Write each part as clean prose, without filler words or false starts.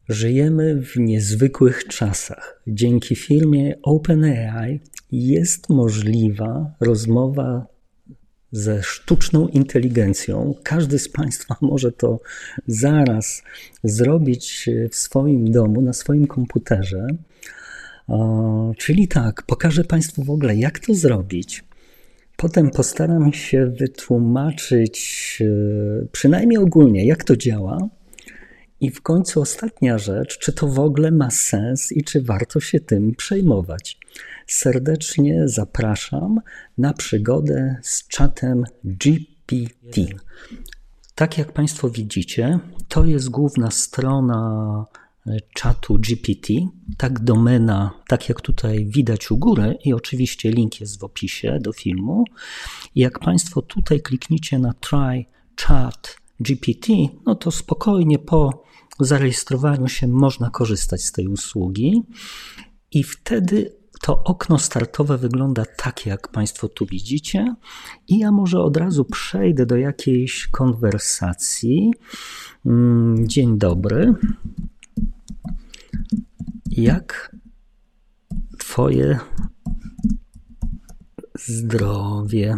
Żyjemy w niezwykłych czasach. Dzięki firmie OpenAI jest możliwa rozmowa ze sztuczną inteligencją. Każdy z Państwa może to zaraz zrobić w swoim domu, na swoim komputerze. Czyli tak, pokażę Państwu w ogóle, jak to zrobić. Potem postaram się wytłumaczyć przynajmniej ogólnie, jak to działa. I w końcu ostatnia rzecz, czy to w ogóle ma sens i czy warto się tym przejmować. Serdecznie zapraszam na przygodę z czatem GPT. Tak jak Państwo widzicie, to jest główna strona czatu GPT, tak domena, tak jak tutaj widać u góry i oczywiście link jest w opisie do filmu. I jak Państwo tutaj klikniecie na Try Chat GPT, no to spokojnie po zarejestrowaniu się można korzystać z tej usługi i wtedy to okno startowe wygląda tak, jak Państwo tu widzicie i ja może od razu przejdę do jakiejś konwersacji. Dzień dobry. Jak Twoje zdrowie?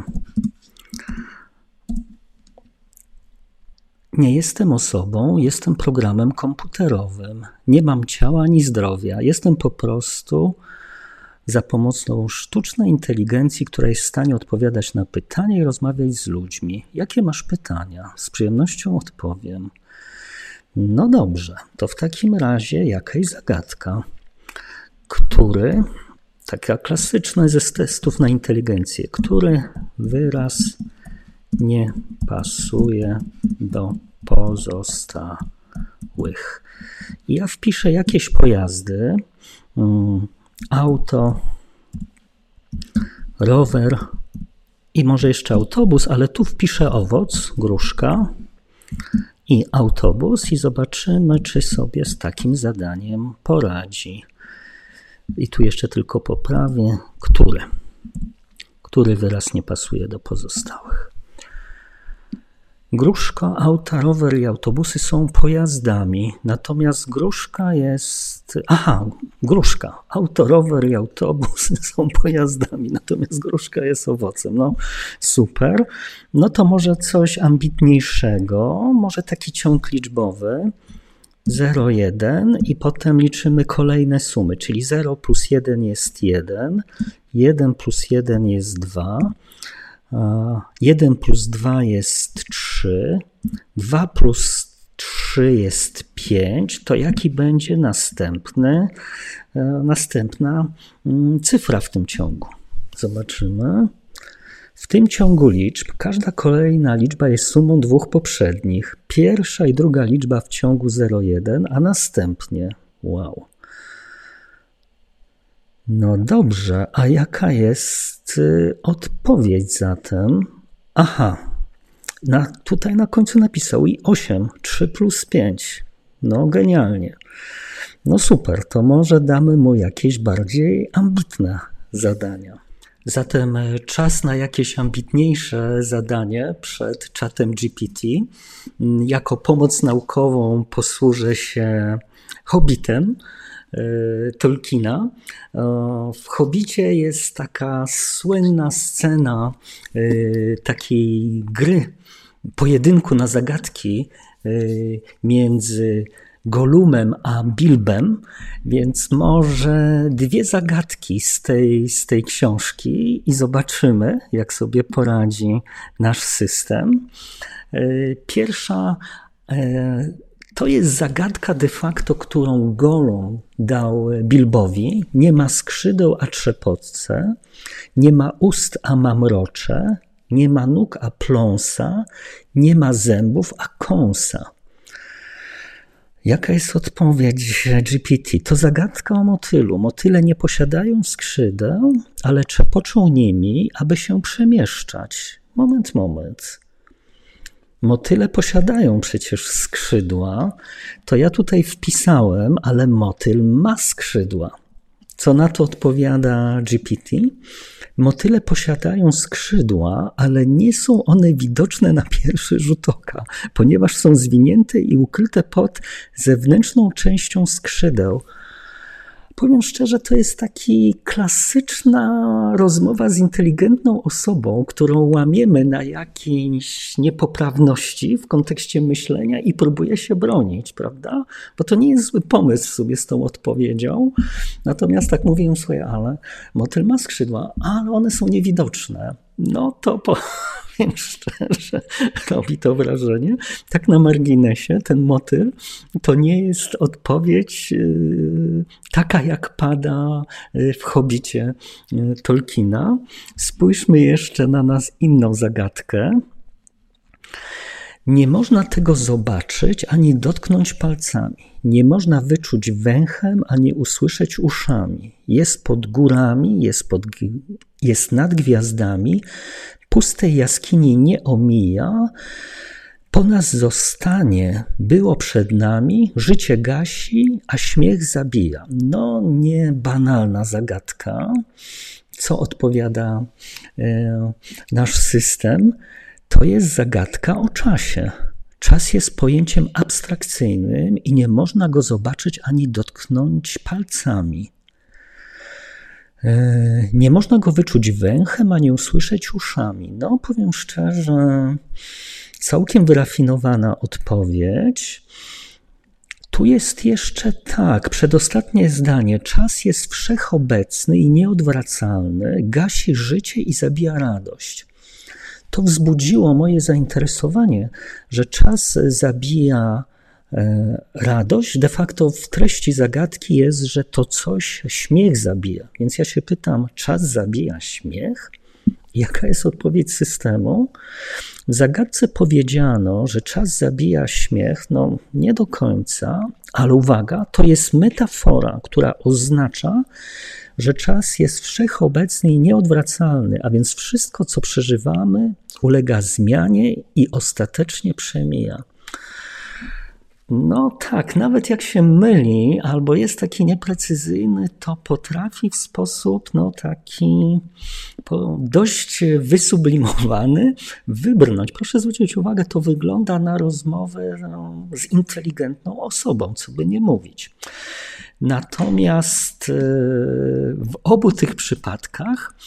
Nie jestem osobą, jestem programem komputerowym. Nie mam ciała ani zdrowia. Jestem po prostu za pomocą sztucznej inteligencji, która jest w stanie odpowiadać na pytania i rozmawiać z ludźmi. Jakie masz pytania? Z przyjemnością odpowiem. No dobrze, to w takim razie jakaś zagadka, który, taka klasyczna ze testów na inteligencję, który wyraz nie pasuje do pozostałych. I ja wpiszę jakieś pojazdy, auto, rower i może jeszcze autobus, ale tu wpiszę owoc, gruszka i autobus i zobaczymy, czy sobie z takim zadaniem poradzi. I tu jeszcze tylko poprawię, który wyraz nie pasuje do pozostałych. Gruszka, auta, rower i autobusy są pojazdami, natomiast gruszka jest... gruszka, auto, rower i autobusy są pojazdami, natomiast gruszka jest owocem. No super, no to może coś ambitniejszego, może taki ciąg liczbowy, 0, 1 i potem liczymy kolejne sumy, czyli 0 plus 1 jest 1, 1 plus 1 jest 2, 1 plus 2 jest 3, 2 plus 3 jest 5, to jaki będzie następna cyfra w tym ciągu? Zobaczymy. W tym ciągu liczb każda kolejna liczba jest sumą dwóch poprzednich. Pierwsza i druga liczba w ciągu 0,1, a następnie. Wow. No dobrze, a jaka jest odpowiedź zatem? Tutaj na końcu napisał i 8, 3 plus 5. No genialnie. No super, to może damy mu jakieś bardziej ambitne zadania. Zatem czas na jakieś ambitniejsze zadanie przed czatem GPT. Jako pomoc naukową posłużę się Hobbitem Tolkiena. W Hobbicie jest taka słynna scena takiej gry, pojedynku na zagadki między Gollumem a Bilbem, więc może dwie zagadki z tej książki i zobaczymy, jak sobie poradzi nasz system. Pierwsza to jest zagadka de facto, którą Gollum dał Bilbowi. Nie ma skrzydeł, a trzepotce, nie ma ust, a mamrocze, nie ma nóg, a pląsa, nie ma zębów, a kąsa. Jaka jest odpowiedź GPT? To zagadka o motylu. Motyle nie posiadają skrzydeł, ale trzepoczą nimi, aby się przemieszczać. Moment. Motyle posiadają przecież skrzydła. To ja tutaj wpisałem, ale motyl ma skrzydła. Co na to odpowiada GPT? Motyle posiadają skrzydła, ale nie są one widoczne na pierwszy rzut oka, ponieważ są zwinięte i ukryte pod zewnętrzną częścią skrzydeł. Powiem szczerze, to jest taki klasyczna rozmowa z inteligentną osobą, którą łamiemy na jakiejś niepoprawności w kontekście myślenia i próbuje się bronić, prawda? Bo to nie jest zły pomysł sobie z tą odpowiedzią. Natomiast tak mówię, słuchaj, ale motyl ma skrzydła, ale one są niewidoczne. No to powiem szczerze, robi to wrażenie. Tak na marginesie, ten motyl to nie jest odpowiedź taka, jak pada w Hobbicie Tolkiena. Spójrzmy jeszcze na nas inną zagadkę. Nie można tego zobaczyć ani dotknąć palcami. Nie można wyczuć węchem ani usłyszeć uszami. Jest pod górami, jest nad gwiazdami. Pustej jaskini nie omija. Po nas zostanie, było przed nami, życie gasi, a śmiech zabija. No, nie banalna zagadka. Co odpowiada nasz system? To jest zagadka o czasie. Czas jest pojęciem abstrakcyjnym i nie można go zobaczyć ani dotknąć palcami. Nie można go wyczuć węchem, ani usłyszeć uszami. No, powiem szczerze, całkiem wyrafinowana odpowiedź. Tu jest jeszcze tak, przedostatnie zdanie. Czas jest wszechobecny i nieodwracalny, gasi życie i zabija radość. To wzbudziło moje zainteresowanie, że czas zabija radość. De facto w treści zagadki jest, że to coś śmiech zabija. Więc ja się pytam, czas zabija śmiech? Jaka jest odpowiedź systemu? W zagadce powiedziano, że czas zabija śmiech, no nie do końca, ale uwaga, to jest metafora, która oznacza, że czas jest wszechobecny i nieodwracalny, a więc wszystko, co przeżywamy, ulega zmianie i ostatecznie przemija. No tak, nawet jak się myli albo jest taki nieprecyzyjny, to potrafi w sposób taki dość wysublimowany wybrnąć. Proszę zwrócić uwagę, to wygląda na rozmowę z inteligentną osobą, co by nie mówić. Natomiast w obu tych przypadkach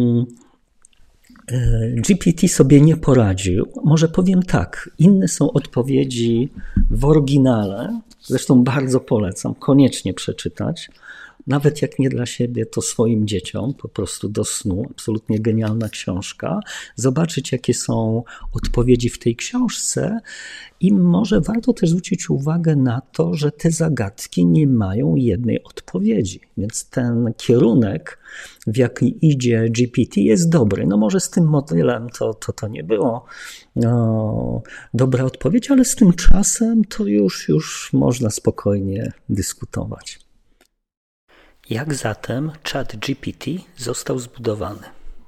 GPT sobie nie poradził. Może powiem tak, inne są odpowiedzi w oryginale, zresztą bardzo polecam, koniecznie przeczytać. Nawet jak nie dla siebie, to swoim dzieciom, po prostu do snu. Absolutnie genialna książka. Zobaczyć, jakie są odpowiedzi w tej książce i może warto też zwrócić uwagę na to, że te zagadki nie mają jednej odpowiedzi. Więc ten kierunek, w jaki idzie GPT, jest dobry. No może z tym motylem to nie było dobra odpowiedź, ale z tym czasem to już można spokojnie dyskutować. Jak zatem ChatGPT został zbudowany?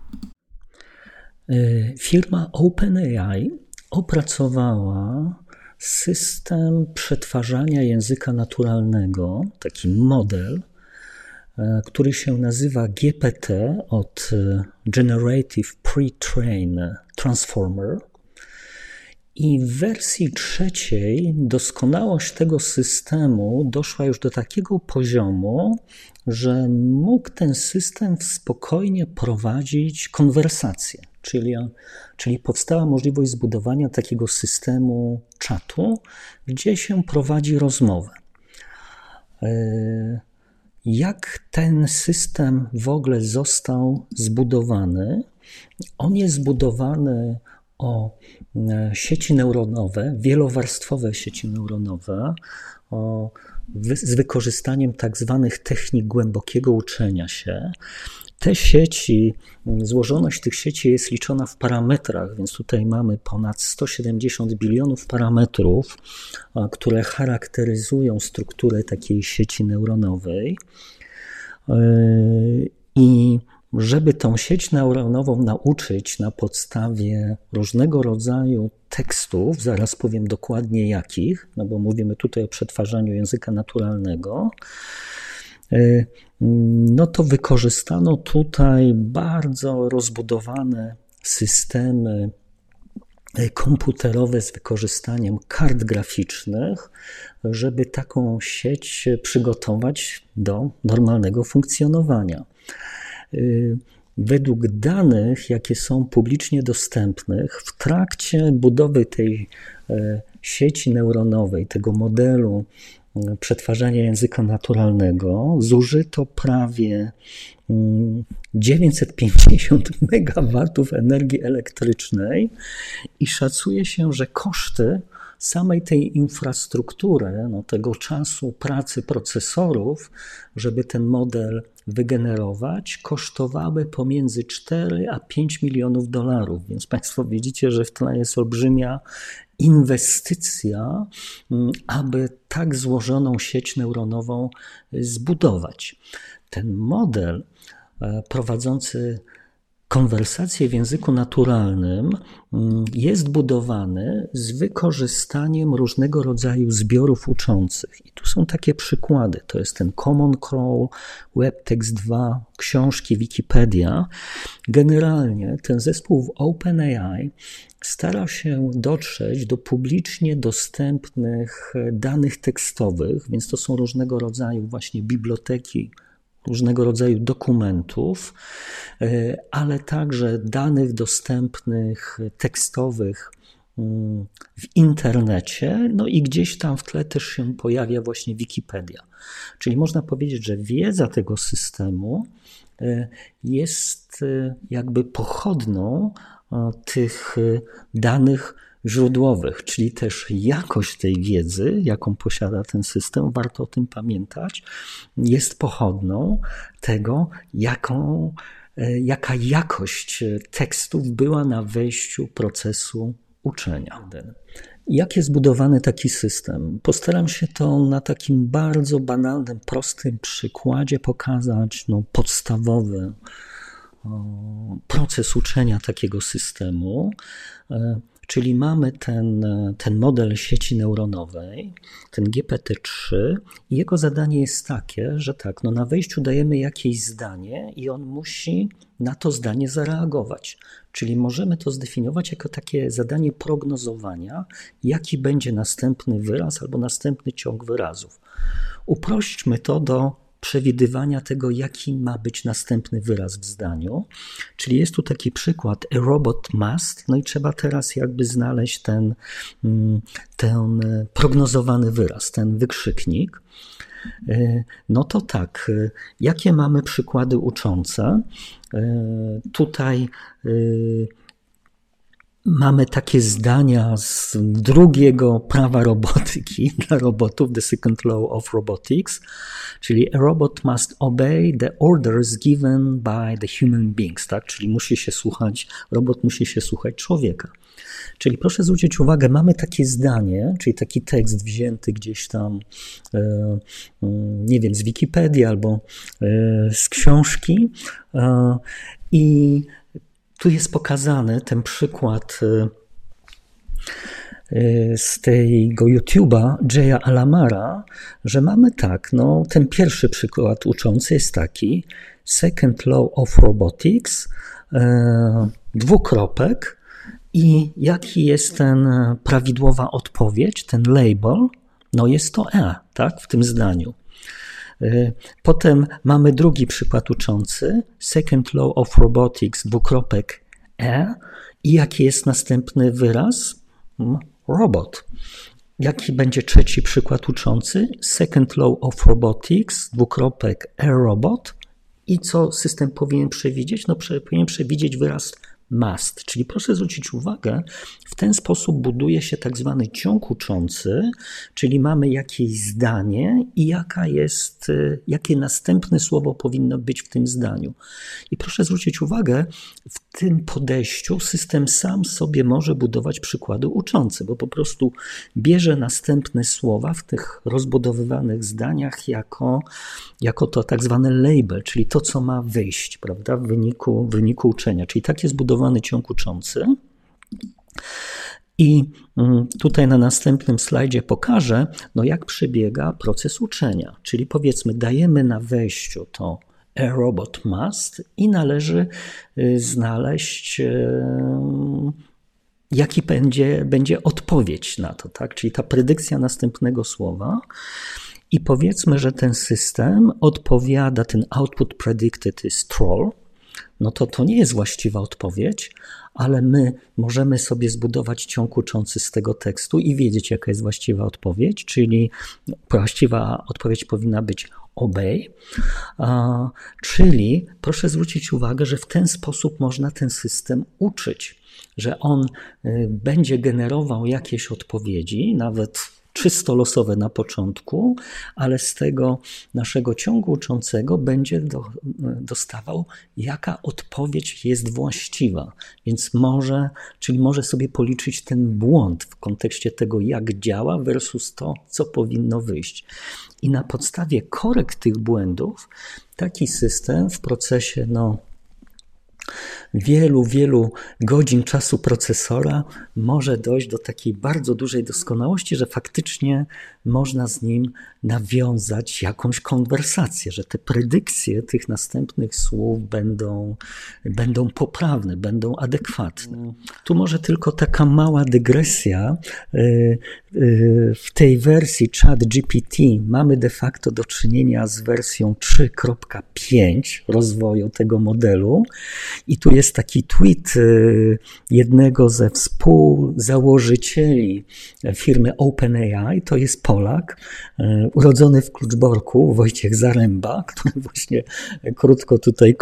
Firma OpenAI opracowała system przetwarzania języka naturalnego, taki model, który się nazywa GPT od Generative Pre-trained Transformer. I w wersji trzeciej doskonałość tego systemu doszła już do takiego poziomu, że mógł ten system spokojnie prowadzić konwersację, czyli powstała możliwość zbudowania takiego systemu czatu, gdzie się prowadzi rozmowę. Jak ten system w ogóle został zbudowany? On jest zbudowany o sieci neuronowe, wielowarstwowe sieci neuronowe, z wykorzystaniem tak zwanych technik głębokiego uczenia się. Te sieci, złożoność tych sieci jest liczona w parametrach, więc tutaj mamy ponad 170 bilionów parametrów, które charakteryzują strukturę takiej sieci neuronowej. I żeby tą sieć neuronową nauczyć na podstawie różnego rodzaju tekstów, zaraz powiem dokładnie jakich, no bo mówimy tutaj o przetwarzaniu języka naturalnego, no to wykorzystano tutaj bardzo rozbudowane systemy komputerowe z wykorzystaniem kart graficznych, żeby taką sieć przygotować do normalnego funkcjonowania. Według danych, jakie są publicznie dostępnych, w trakcie budowy tej sieci neuronowej, tego modelu przetwarzania języka naturalnego, zużyto prawie 950 megawatów energii elektrycznej i szacuje się, że koszty samej tej infrastruktury, tego czasu pracy procesorów, żeby ten model wygenerować, kosztowały pomiędzy 4 a 5 milionów dolarów. Więc Państwo widzicie, że w tle jest olbrzymia inwestycja, aby tak złożoną sieć neuronową zbudować. Ten model prowadzący konwersację w języku naturalnym jest budowany z wykorzystaniem różnego rodzaju zbiorów uczących. I tu są takie przykłady. To jest ten Common Crawl, WebText 2, książki, Wikipedia. Generalnie ten zespół w OpenAI stara się dotrzeć do publicznie dostępnych danych tekstowych, więc to są różnego rodzaju właśnie biblioteki, różnego rodzaju dokumentów, ale także danych dostępnych tekstowych w internecie, no i gdzieś tam w tle też się pojawia właśnie Wikipedia. Czyli można powiedzieć, że wiedza tego systemu jest jakby pochodną tych danych źródłowych, czyli też jakość tej wiedzy, jaką posiada ten system, warto o tym pamiętać, jest pochodną tego, jaka jakość tekstów była na wejściu procesu uczenia. Jak jest budowany taki system? Postaram się to na takim bardzo banalnym, prostym przykładzie pokazać, podstawowy proces uczenia takiego systemu. Czyli mamy ten model sieci neuronowej, ten GPT-3 i jego zadanie jest takie, że tak, na wejściu dajemy jakieś zdanie i on musi na to zdanie zareagować. Czyli możemy to zdefiniować jako takie zadanie prognozowania, jaki będzie następny wyraz albo następny ciąg wyrazów. Uprośćmy to do przewidywania tego, jaki ma być następny wyraz w zdaniu. Czyli jest tu taki przykład a robot must, i trzeba teraz jakby znaleźć ten prognozowany wyraz, ten wykrzyknik. No to tak, jakie mamy przykłady uczące? Tutaj mamy takie zdania z drugiego prawa robotyki dla robotów, The Second Law of Robotics, czyli a robot must obey the orders given by the human beings, tak? Czyli robot musi się słuchać człowieka. Czyli proszę zwrócić uwagę, mamy takie zdanie, czyli taki tekst wzięty gdzieś tam, nie wiem, z Wikipedii albo z książki i tu jest pokazany ten przykład z tego YouTube'a Jaya Alamara, że mamy tak, ten pierwszy przykład uczący jest taki, Second Law of Robotics, dwukropek i jaki jest prawidłowa odpowiedź, ten label, jest to tak, w tym zdaniu. Potem mamy drugi przykład uczący, Second Law of Robotics, dwukropek i jaki jest następny wyraz? Robot. Jaki będzie trzeci przykład uczący? Second Law of Robotics, dwukropek robot i co system powinien przewidzieć? Powinien przewidzieć wyraz must, czyli proszę zwrócić uwagę, w ten sposób buduje się tak zwany ciąg uczący, czyli mamy jakieś zdanie i jakie następne słowo powinno być w tym zdaniu. I proszę zwrócić uwagę, w tym podejściu system sam sobie może budować przykłady uczące, bo po prostu bierze następne słowa w tych rozbudowywanych zdaniach jako to tak zwane label, czyli to, co ma wyjść, prawda, w wyniku uczenia. Czyli tak jest budowany ciąg uczący. I tutaj na następnym slajdzie pokażę, jak przebiega proces uczenia. Czyli powiedzmy, dajemy na wejściu to a robot must i należy znaleźć, jaki będzie odpowiedź na to, tak? Czyli ta predykcja następnego słowa. I powiedzmy, że ten system odpowiada, ten output predicted is troll, to nie jest właściwa odpowiedź, ale my możemy sobie zbudować ciąg uczący z tego tekstu i wiedzieć, jaka jest właściwa odpowiedź, czyli właściwa odpowiedź powinna być obey, czyli proszę zwrócić uwagę, że w ten sposób można ten system uczyć, że on będzie generował jakieś odpowiedzi, nawet czysto losowe na początku, ale z tego naszego ciągu uczącego będzie dostawał, jaka odpowiedź jest właściwa. Więc może sobie policzyć ten błąd w kontekście tego, jak działa versus to, co powinno wyjść. I na podstawie korekt tych błędów taki system w procesie wielu godzin czasu procesora może dojść do takiej bardzo dużej doskonałości, że faktycznie można z nim nawiązać jakąś konwersację, że te predykcje tych następnych słów będą poprawne, będą adekwatne. Tu może tylko taka mała dygresja. W tej wersji ChatGPT mamy de facto do czynienia z wersją 3.5 rozwoju tego modelu i tu jest taki tweet jednego ze współzałożycieli firmy OpenAI, to jest Polak, urodzony w Kluczborku, Wojciech Zaręba, który właśnie krótko tutaj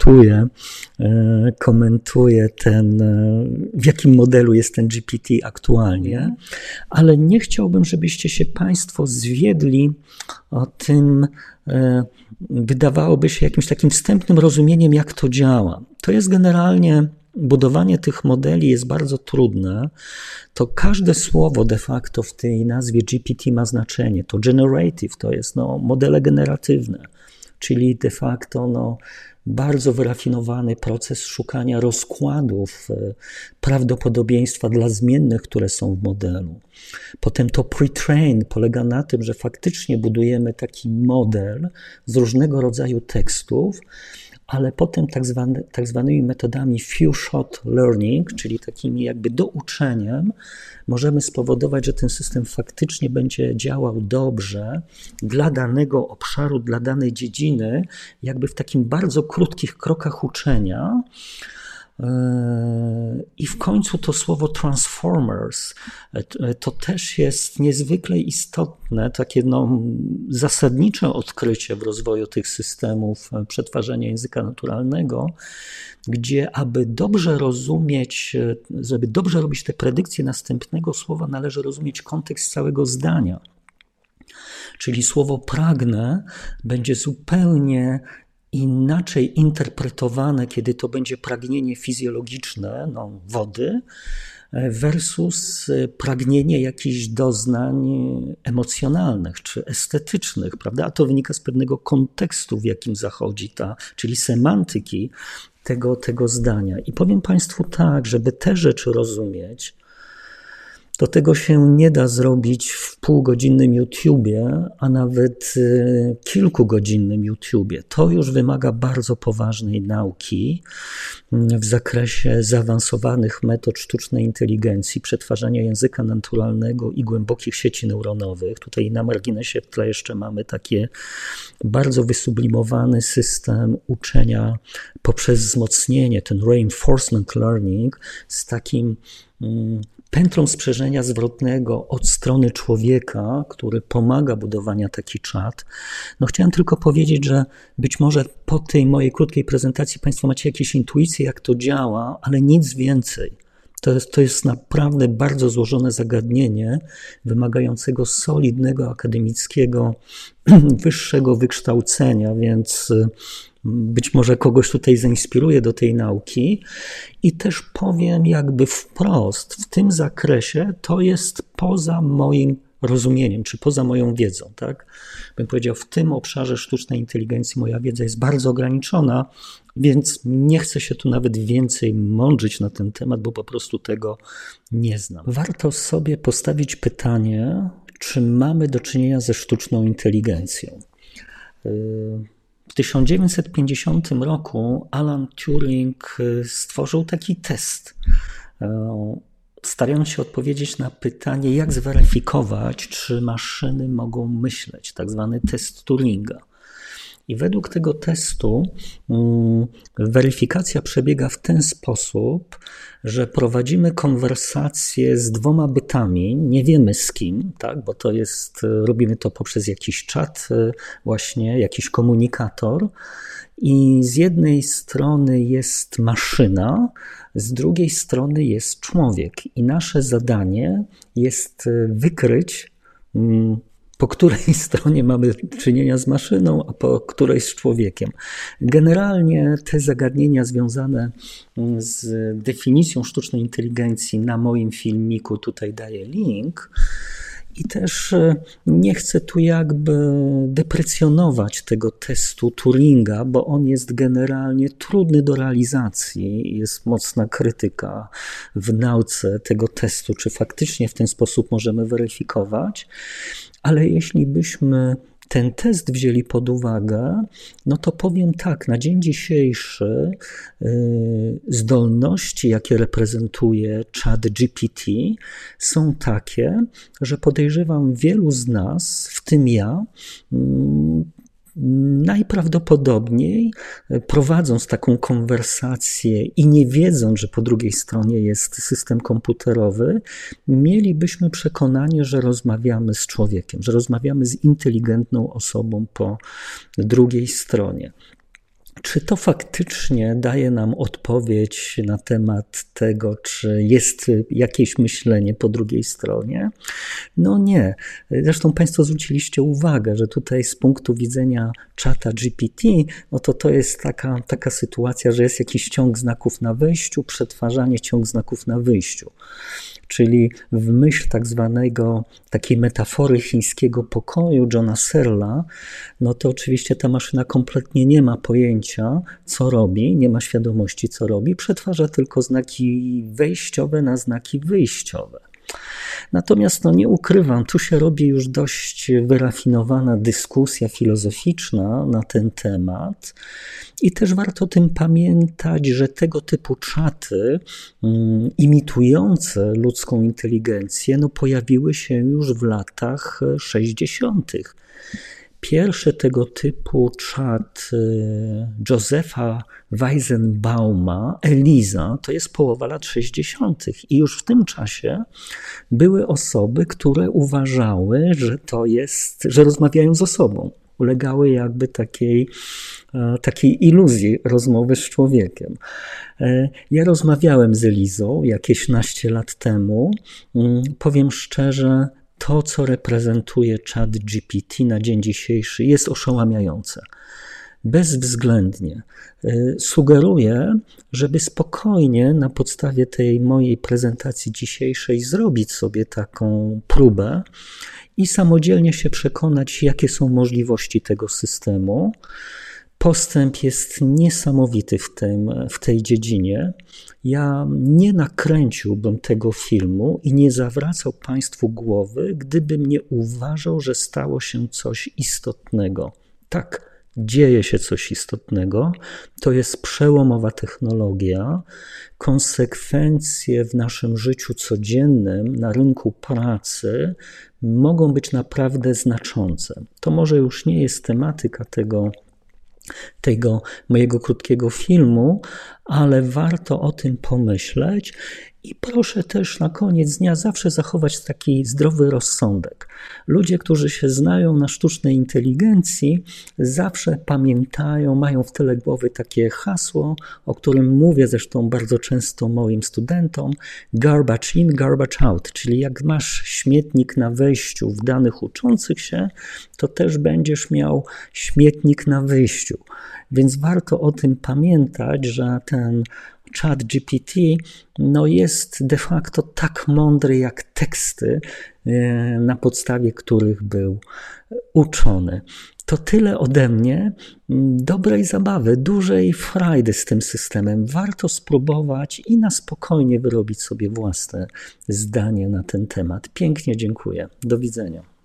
komentuje w jakim modelu jest ten GPT aktualnie, ale nie chciałbym, żebyście się Państwo zwiedli o tym, wydawałoby się jakimś takim wstępnym rozumieniem, jak to działa. To jest generalnie, budowanie tych modeli jest bardzo trudne. To każde słowo de facto w tej nazwie GPT ma znaczenie. To generative, to jest modele generatywne, czyli de facto bardzo wyrafinowany proces szukania rozkładów prawdopodobieństwa dla zmiennych, które są w modelu. Potem to pre-train polega na tym, że faktycznie budujemy taki model z różnego rodzaju tekstów, ale potem tak zwanymi metodami few-shot learning, czyli takimi jakby douczeniem, możemy spowodować, że ten system faktycznie będzie działał dobrze dla danego obszaru, dla danej dziedziny, jakby w takim bardzo krótkich krokach uczenia. I w końcu to słowo transformers to też jest niezwykle istotne, takie zasadnicze odkrycie w rozwoju tych systemów przetwarzania języka naturalnego, gdzie aby dobrze rozumieć, żeby dobrze robić te predykcje następnego słowa, należy rozumieć kontekst całego zdania. Czyli słowo pragnę będzie zupełnie inaczej interpretowane, kiedy to będzie pragnienie fizjologiczne, wody, versus pragnienie jakichś doznań emocjonalnych czy estetycznych, prawda? A to wynika z pewnego kontekstu, w jakim zachodzi czyli semantyki tego zdania. I powiem Państwu tak, żeby te rzeczy rozumieć, to tego się nie da zrobić w półgodzinnym YouTubie, a nawet kilkugodzinnym YouTubie. To już wymaga bardzo poważnej nauki w zakresie zaawansowanych metod sztucznej inteligencji, przetwarzania języka naturalnego i głębokich sieci neuronowych. Tutaj na marginesie w tle jeszcze mamy taki bardzo wysublimowany system uczenia poprzez wzmocnienie, ten reinforcement learning z takim pętlą sprzężenia zwrotnego od strony człowieka, który pomaga budowania taki czat. Chciałem tylko powiedzieć, że być może po tej mojej krótkiej prezentacji Państwo macie jakieś intuicje, jak to działa, ale nic więcej. To jest naprawdę bardzo złożone zagadnienie, wymagającego solidnego, akademickiego, wyższego wykształcenia, więc być może kogoś tutaj zainspiruje do tej nauki i też powiem jakby wprost, w tym zakresie to jest poza moim rozumieniem, czy poza moją wiedzą, tak? Bym powiedział, w tym obszarze sztucznej inteligencji moja wiedza jest bardzo ograniczona, więc nie chcę się tu nawet więcej mądrzyć na ten temat, bo po prostu tego nie znam. Warto sobie postawić pytanie, czy mamy do czynienia ze sztuczną inteligencją. W 1950 roku Alan Turing stworzył taki test, starając się odpowiedzieć na pytanie, jak zweryfikować, czy maszyny mogą myśleć, tak zwany test Turinga. I według tego testu weryfikacja przebiega w ten sposób, że prowadzimy konwersację z dwoma bytami, nie wiemy z kim, tak, bo robimy to poprzez jakiś czat, właśnie jakiś komunikator. I z jednej strony jest maszyna, z drugiej strony jest człowiek. I nasze zadanie jest wykryć, po której stronie mamy czynienia z maszyną, a po której z człowiekiem. Generalnie te zagadnienia związane z definicją sztucznej inteligencji na moim filmiku, tutaj daję link. I też nie chcę tu jakby deprecjonować tego testu Turinga, bo on jest generalnie trudny do realizacji. Jest mocna krytyka w nauce tego testu, czy faktycznie w ten sposób możemy weryfikować. Ale jeśli byśmy ten test wzięli pod uwagę, no to powiem tak, na dzień dzisiejszy zdolności, jakie reprezentuje ChatGPT, są takie, że podejrzewam wielu z nas, w tym ja, najprawdopodobniej prowadząc taką konwersację i nie wiedząc, że po drugiej stronie jest system komputerowy, mielibyśmy przekonanie, że rozmawiamy z człowiekiem, że rozmawiamy z inteligentną osobą po drugiej stronie. Czy to faktycznie daje nam odpowiedź na temat tego, czy jest jakieś myślenie po drugiej stronie? No nie. Zresztą Państwo zwróciliście uwagę, że tutaj z punktu widzenia czata GPT, no to jest taka sytuacja, że jest jakiś ciąg znaków na wejściu, przetwarzanie ciąg znaków na wyjściu. Czyli w myśl takiej metafory chińskiego pokoju Johna Searla, no to oczywiście ta maszyna kompletnie nie ma pojęcia, co robi, nie ma świadomości, co robi, przetwarza tylko znaki wejściowe na znaki wyjściowe. Natomiast nie ukrywam, tu się robi już dość wyrafinowana dyskusja filozoficzna na ten temat i też warto o tym pamiętać, że tego typu czaty imitujące ludzką inteligencję pojawiły się już w latach 60. Pierwszy tego typu czat Josepha Weizenbauma, ELIZA, to jest połowa lat 60. I już w tym czasie były osoby, które uważały, że rozmawiają ze sobą. Ulegały jakby takiej iluzji rozmowy z człowiekiem. Ja rozmawiałem z Elizą jakieś naście lat temu. Powiem szczerze, to, co reprezentuje ChatGPT na dzień dzisiejszy, jest oszałamiające. Bezwzględnie. Sugeruję, żeby spokojnie na podstawie tej mojej prezentacji dzisiejszej zrobić sobie taką próbę i samodzielnie się przekonać, jakie są możliwości tego systemu. Postęp jest niesamowity w tej dziedzinie. Ja nie nakręciłbym tego filmu i nie zawracał Państwu głowy, gdybym nie uważał, że stało się coś istotnego. Tak, dzieje się coś istotnego. To jest przełomowa technologia. Konsekwencje w naszym życiu codziennym, na rynku pracy mogą być naprawdę znaczące. To może już nie jest tematyka tego mojego krótkiego filmu, ale warto o tym pomyśleć i proszę też na koniec dnia zawsze zachować taki zdrowy rozsądek. Ludzie, którzy się znają na sztucznej inteligencji, zawsze pamiętają, mają w tyle głowy takie hasło, o którym mówię zresztą bardzo często moim studentom, garbage in, garbage out, czyli jak masz śmietnik na wejściu w danych uczących się, to też będziesz miał śmietnik na wyjściu. Więc warto o tym pamiętać, że ten ChatGPT jest de facto tak mądry jak teksty, na podstawie których był uczony. To tyle ode mnie. Dobrej zabawy, dużej frajdy z tym systemem. Warto spróbować i na spokojnie wyrobić sobie własne zdanie na ten temat. Pięknie dziękuję. Do widzenia.